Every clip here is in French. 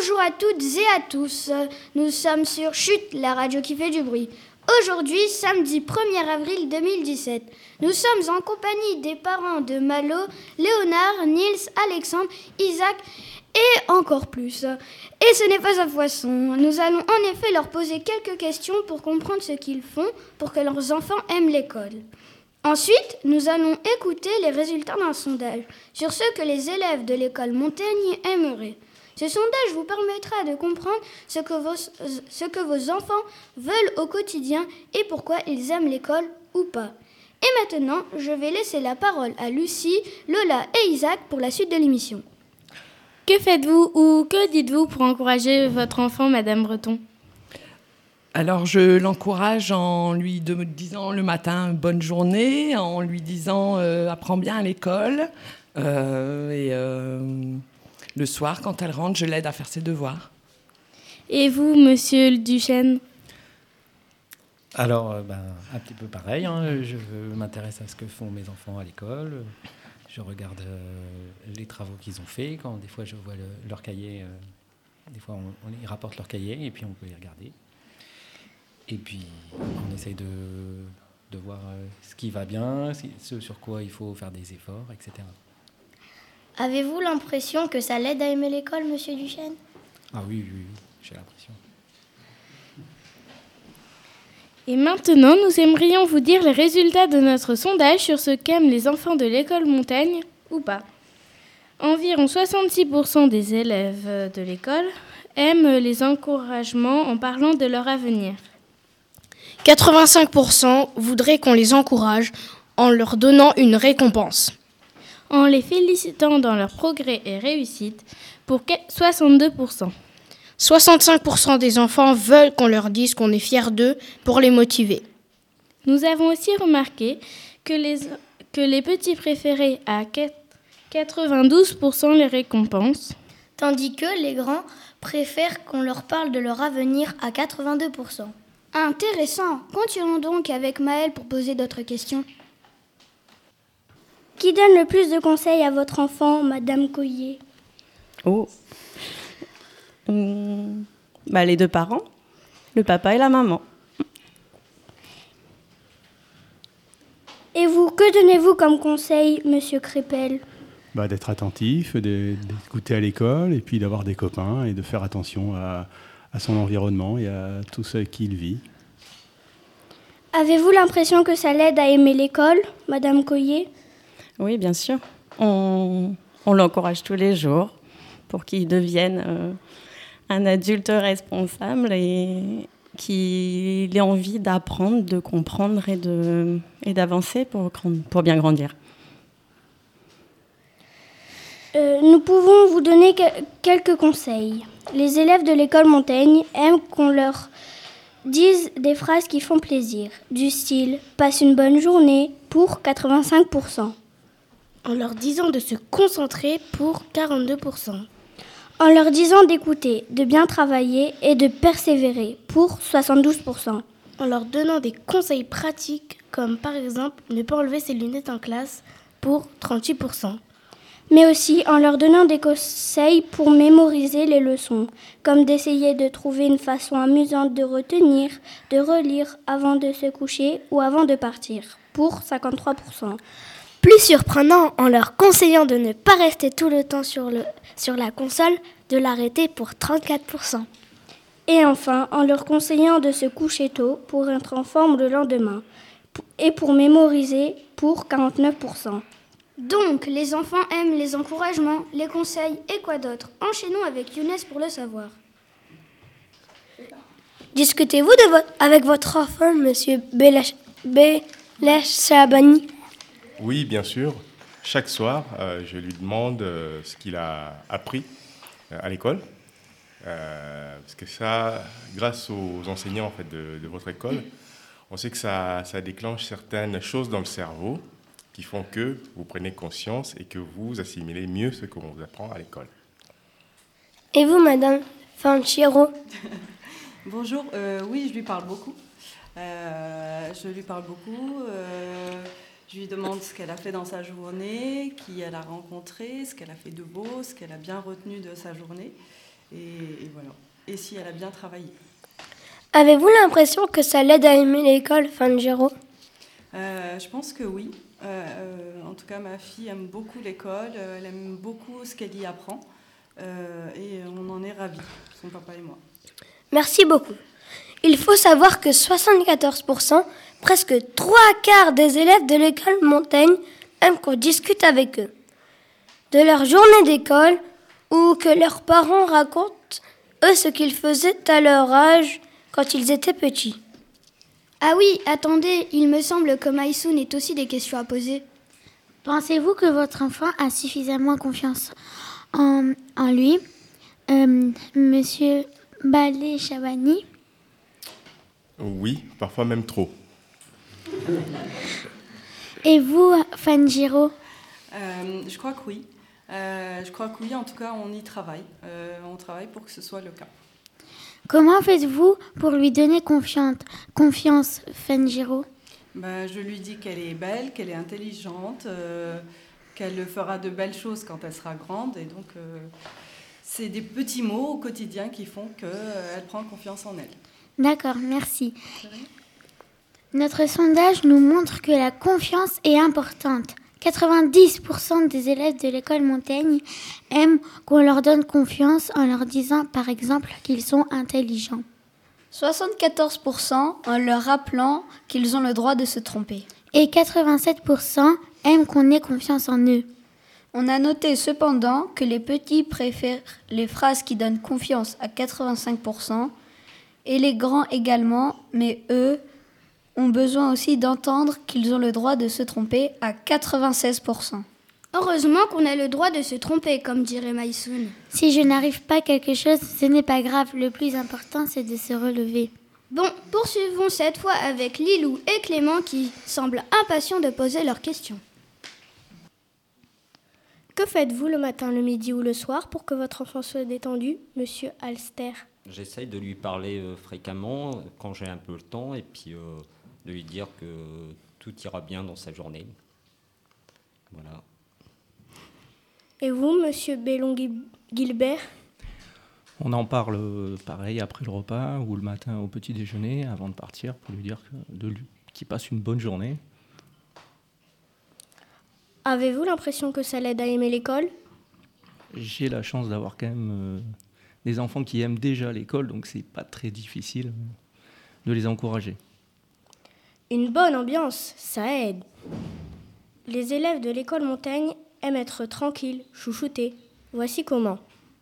Bonjour à toutes et à tous, nous sommes sur Chut, la radio qui fait du bruit. Aujourd'hui, samedi 1er avril 2017, nous sommes en compagnie des parents de Malo, Léonard, Niels, Alexandre, Isaac et encore plus. Et ce n'est pas un poisson, nous allons en effet leur poser quelques questions pour comprendre ce qu'ils font pour que leurs enfants aiment l'école. Ensuite, nous allons écouter les résultats d'un sondage sur ce que les élèves de l'école Montaigne aimeraient. Ce sondage vous permettra de comprendre ce que vos enfants veulent au quotidien et pourquoi ils aiment l'école ou pas. Et maintenant, je vais laisser la parole à Lucie, Lola et Isaac pour la suite de l'émission. Que faites-vous ou que dites-vous pour encourager votre enfant, Madame Breton ? Alors, je l'encourage en lui disant le matin bonne journée, en lui disant apprends bien à l'école. Le soir, quand elle rentre, je l'aide à faire ses devoirs. Et vous, Monsieur Duchesne ? Alors, un petit peu pareil. Je m'intéresse à ce que font mes enfants à l'école. Je regarde les travaux qu'ils ont faits. Quand des fois, je vois leur cahier, des fois, ils rapportent leur cahier et puis on peut les regarder. Et puis, on essaye de voir ce qui va bien, ce sur quoi il faut faire des efforts, etc. Avez-vous l'impression que ça l'aide à aimer l'école, Monsieur Duchesne ? Ah oui, j'ai l'impression. Et maintenant, nous aimerions vous dire les résultats de notre sondage sur ce qu'aiment les enfants de l'école Montaigne ou pas. Environ 66% des élèves de l'école aiment les encouragements en parlant de leur avenir. 85% voudraient qu'on les encourage en leur donnant une récompense. En les félicitant dans leur progrès et réussite pour 62%. 65% des enfants veulent qu'on leur dise qu'on est fiers d'eux pour les motiver. Nous avons aussi remarqué que les petits préféraient à 92% les récompenses, tandis que les grands préfèrent qu'on leur parle de leur avenir à 82%. Intéressant. Continuons donc avec Maëlle pour poser d'autres questions. Qui donne le plus de conseils à votre enfant, Madame Coyer ? Les deux parents, le papa et la maman. Et vous, que donnez-vous comme conseil, Monsieur Crépel ? D'être attentif, d'écouter à l'école et puis d'avoir des copains et de faire attention à son environnement et à tout ce qu'il vit. Avez-vous l'impression que ça l'aide à aimer l'école, Madame Coyer ? Oui, bien sûr. On l'encourage tous les jours pour qu'il devienne un adulte responsable et qu'il ait envie d'apprendre, de comprendre et d'avancer pour bien grandir. Nous pouvons vous donner quelques conseils. Les élèves de l'école Montaigne aiment qu'on leur dise des phrases qui font plaisir, du style « passe une bonne journée » pour 85%. En leur disant de se concentrer pour 42%. En leur disant d'écouter, de bien travailler et de persévérer pour 72%. En leur donnant des conseils pratiques comme par exemple ne pas enlever ses lunettes en classe pour 38%. Mais aussi en leur donnant des conseils pour mémoriser les leçons, comme d'essayer de trouver une façon amusante de retenir, de relire avant de se coucher ou avant de partir, pour 53%. Plus surprenant, en leur conseillant de ne pas rester tout le temps sur la console, de l'arrêter pour 34%. Et enfin, en leur conseillant de se coucher tôt pour être en forme le lendemain, et pour mémoriser pour 49%. Donc, les enfants aiment les encouragements, les conseils et quoi d'autre ? Enchaînons avec Younes pour le savoir. Discutez-vous avec votre enfant, Monsieur Belash Shabani ? Oui, bien sûr. Chaque soir, je lui demande ce qu'il a appris à l'école. Parce que ça, grâce aux enseignants en fait, de votre école, on sait que ça déclenche certaines choses dans le cerveau qui font que vous prenez conscience et que vous assimilez mieux ce qu'on vous apprend à l'école. Et vous, Madame Fanchiro ? Bonjour, oui, je lui parle beaucoup. Je lui demande ce qu'elle a fait dans sa journée, qui elle a rencontré, ce qu'elle a fait de beau, ce qu'elle a bien retenu de sa journée. Et voilà. Et si elle a bien travaillé. Avez-vous l'impression que ça l'aide à aimer l'école, Fanjiro ? Je pense que oui. En tout cas, ma fille aime beaucoup l'école, elle aime beaucoup ce qu'elle y apprend. Et on en est ravis, son papa et moi. Merci beaucoup. Il faut savoir que 74%, presque 3/4 des élèves de l'école Montaigne aiment qu'on discute avec eux. De leur journée d'école ou que leurs parents racontent, eux, ce qu'ils faisaient à leur âge quand ils étaient petits. Ah oui, attendez, il me semble que Maïsoun ait aussi des questions à poser. Pensez-vous que votre enfant a suffisamment confiance en lui, Monsieur Balé Chabani? Oui, parfois même trop. Et vous, Fanjiro? Je crois que oui. En tout cas, on y travaille. On travaille pour que ce soit le cas. Comment faites-vous pour lui donner confiance, Fanjiro? Je lui dis qu'elle est belle, qu'elle est intelligente, qu'elle fera de belles choses quand elle sera grande. Et donc, c'est des petits mots au quotidien qui font qu'elle prend confiance en elle. D'accord, merci. Notre sondage nous montre que la confiance est importante. 90% des élèves de l'école Montaigne aiment qu'on leur donne confiance en leur disant, par exemple, qu'ils sont intelligents. 74% en leur rappelant qu'ils ont le droit de se tromper. Et 87% aiment qu'on ait confiance en eux. On a noté cependant que les petits préfèrent les phrases qui donnent confiance à 85%, et les grands également, mais eux ont besoin aussi d'entendre qu'ils ont le droit de se tromper à 96%. Heureusement qu'on a le droit de se tromper, comme dirait Maïsoun. Si je n'arrive pas à quelque chose, ce n'est pas grave. Le plus important, c'est de se relever. Bon, poursuivons cette fois avec Lilou et Clément qui semblent impatients de poser leurs questions. Que faites-vous le matin, le midi ou le soir pour que votre enfant soit détendu, Monsieur Alster? J'essaye de lui parler fréquemment quand j'ai un peu le temps et puis de lui dire que tout ira bien dans sa journée. Voilà. Et vous, Monsieur Bellon-Gilbert? On en parle pareil après le repas ou le matin au petit déjeuner avant de partir pour lui dire qu'il passe une bonne journée. Avez-vous l'impression que ça l'aide à aimer l'école? J'ai la chance d'avoir quand même des enfants qui aiment déjà l'école, donc c'est pas très difficile de les encourager. Une bonne ambiance, ça aide. Les élèves de l'école Montaigne aiment être tranquilles, chouchoutés. Voici comment.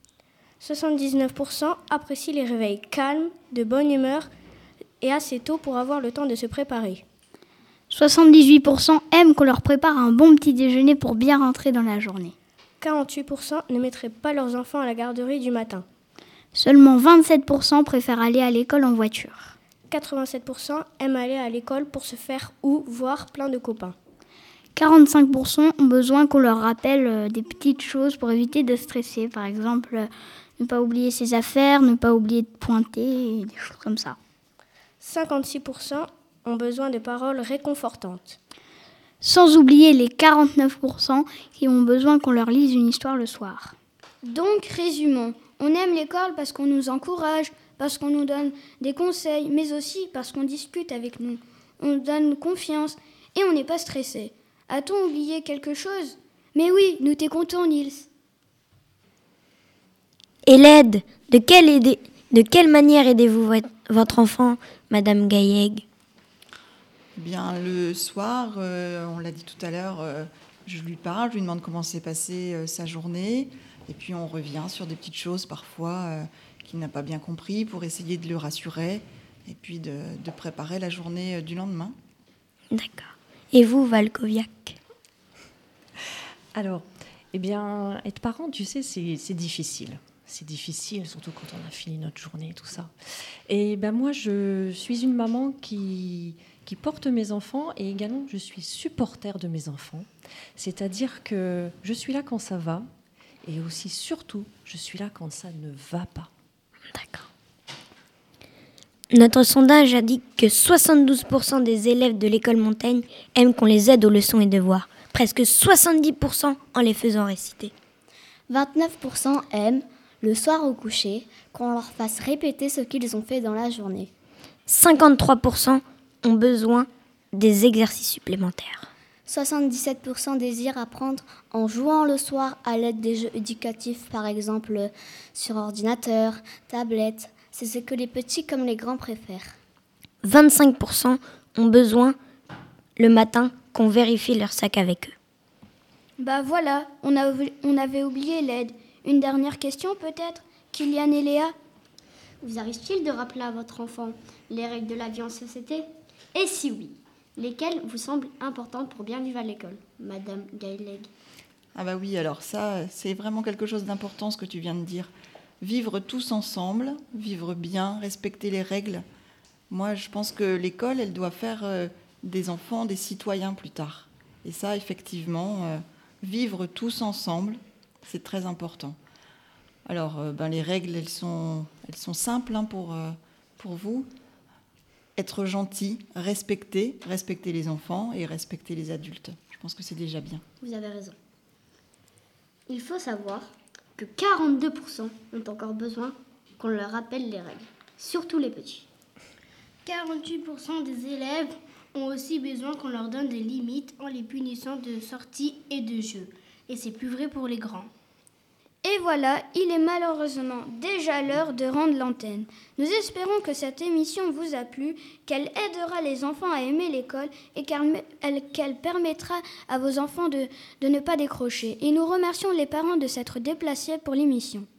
79% apprécient les réveils calmes, de bonne humeur et assez tôt pour avoir le temps de se préparer. 78% aiment qu'on leur prépare un bon petit déjeuner pour bien rentrer dans la journée. 48% ne mettraient pas leurs enfants à la garderie du matin. Seulement 27% préfèrent aller à l'école en voiture. 87% aiment aller à l'école pour se faire ou voir plein de copains. 45% ont besoin qu'on leur rappelle des petites choses pour éviter de stresser. Par exemple, ne pas oublier ses affaires, ne pas oublier de pointer, des choses comme ça. 56% ont besoin de paroles réconfortantes. Sans oublier les 49% qui ont besoin qu'on leur lise une histoire le soir. Donc, résumons. On aime l'école parce qu'on nous encourage, parce qu'on nous donne des conseils, mais aussi parce qu'on discute avec nous. On nous donne confiance et on n'est pas stressé. A-t-on oublié quelque chose? Mais oui, nous t'écoutons, Nils. Et l'aide, de quelle manière aidez-vous votre enfant, Madame Gailleg? Bien, le soir, on l'a dit tout à l'heure, je lui parle, je lui demande comment s'est passée sa journée. Et puis on revient sur des petites choses parfois qu'il n'a pas bien compris pour essayer de le rassurer et puis de préparer la journée du lendemain. D'accord. Et vous, Valkoviak? Alors, être parent, tu sais, c'est difficile. C'est difficile, surtout quand on a fini notre journée et tout ça. Et moi, je suis une maman qui porte mes enfants et également, je suis supporter de mes enfants. C'est-à-dire que je suis là quand ça va et aussi, surtout, je suis là quand ça ne va pas. D'accord. Notre sondage a dit que 72% des élèves de l'école Montaigne aiment qu'on les aide aux leçons et devoirs. Presque 70% en les faisant réciter. 29% aiment le soir au coucher, qu'on leur fasse répéter ce qu'ils ont fait dans la journée. 53% ont besoin des exercices supplémentaires. 77% désirent apprendre en jouant le soir à l'aide des jeux éducatifs, par exemple sur ordinateur, tablette. C'est ce que les petits comme les grands préfèrent. 25% ont besoin le matin qu'on vérifie leur sac avec eux. Bah voilà, on avait oublié l'aide. Une dernière question peut-être, Kylian et Léa? Vous arrive-t-il de rappeler à votre enfant les règles de la vie en société? Et si oui, lesquelles vous semblent importantes pour bien vivre à l'école, Madame Gailleg? Ah bah oui, alors ça, c'est vraiment quelque chose d'important ce que tu viens de dire. Vivre tous ensemble, vivre bien, respecter les règles. Moi, je pense que l'école, elle doit faire des enfants des citoyens plus tard. Et ça, effectivement, vivre tous ensemble, c'est très important. Alors, les règles, elles sont simples pour vous. Être gentil, respecter les enfants et respecter les adultes. Je pense que c'est déjà bien. Vous avez raison. Il faut savoir que 42% ont encore besoin qu'on leur rappelle les règles, surtout les petits. 48% des élèves ont aussi besoin qu'on leur donne des limites en les punissant de sorties et de jeux. Et c'est plus vrai pour les grands. Et voilà, il est malheureusement déjà l'heure de rendre l'antenne. Nous espérons que cette émission vous a plu, qu'elle aidera les enfants à aimer l'école et qu'elle permettra à vos enfants de ne pas décrocher. Et nous remercions les parents de s'être déplacés pour l'émission.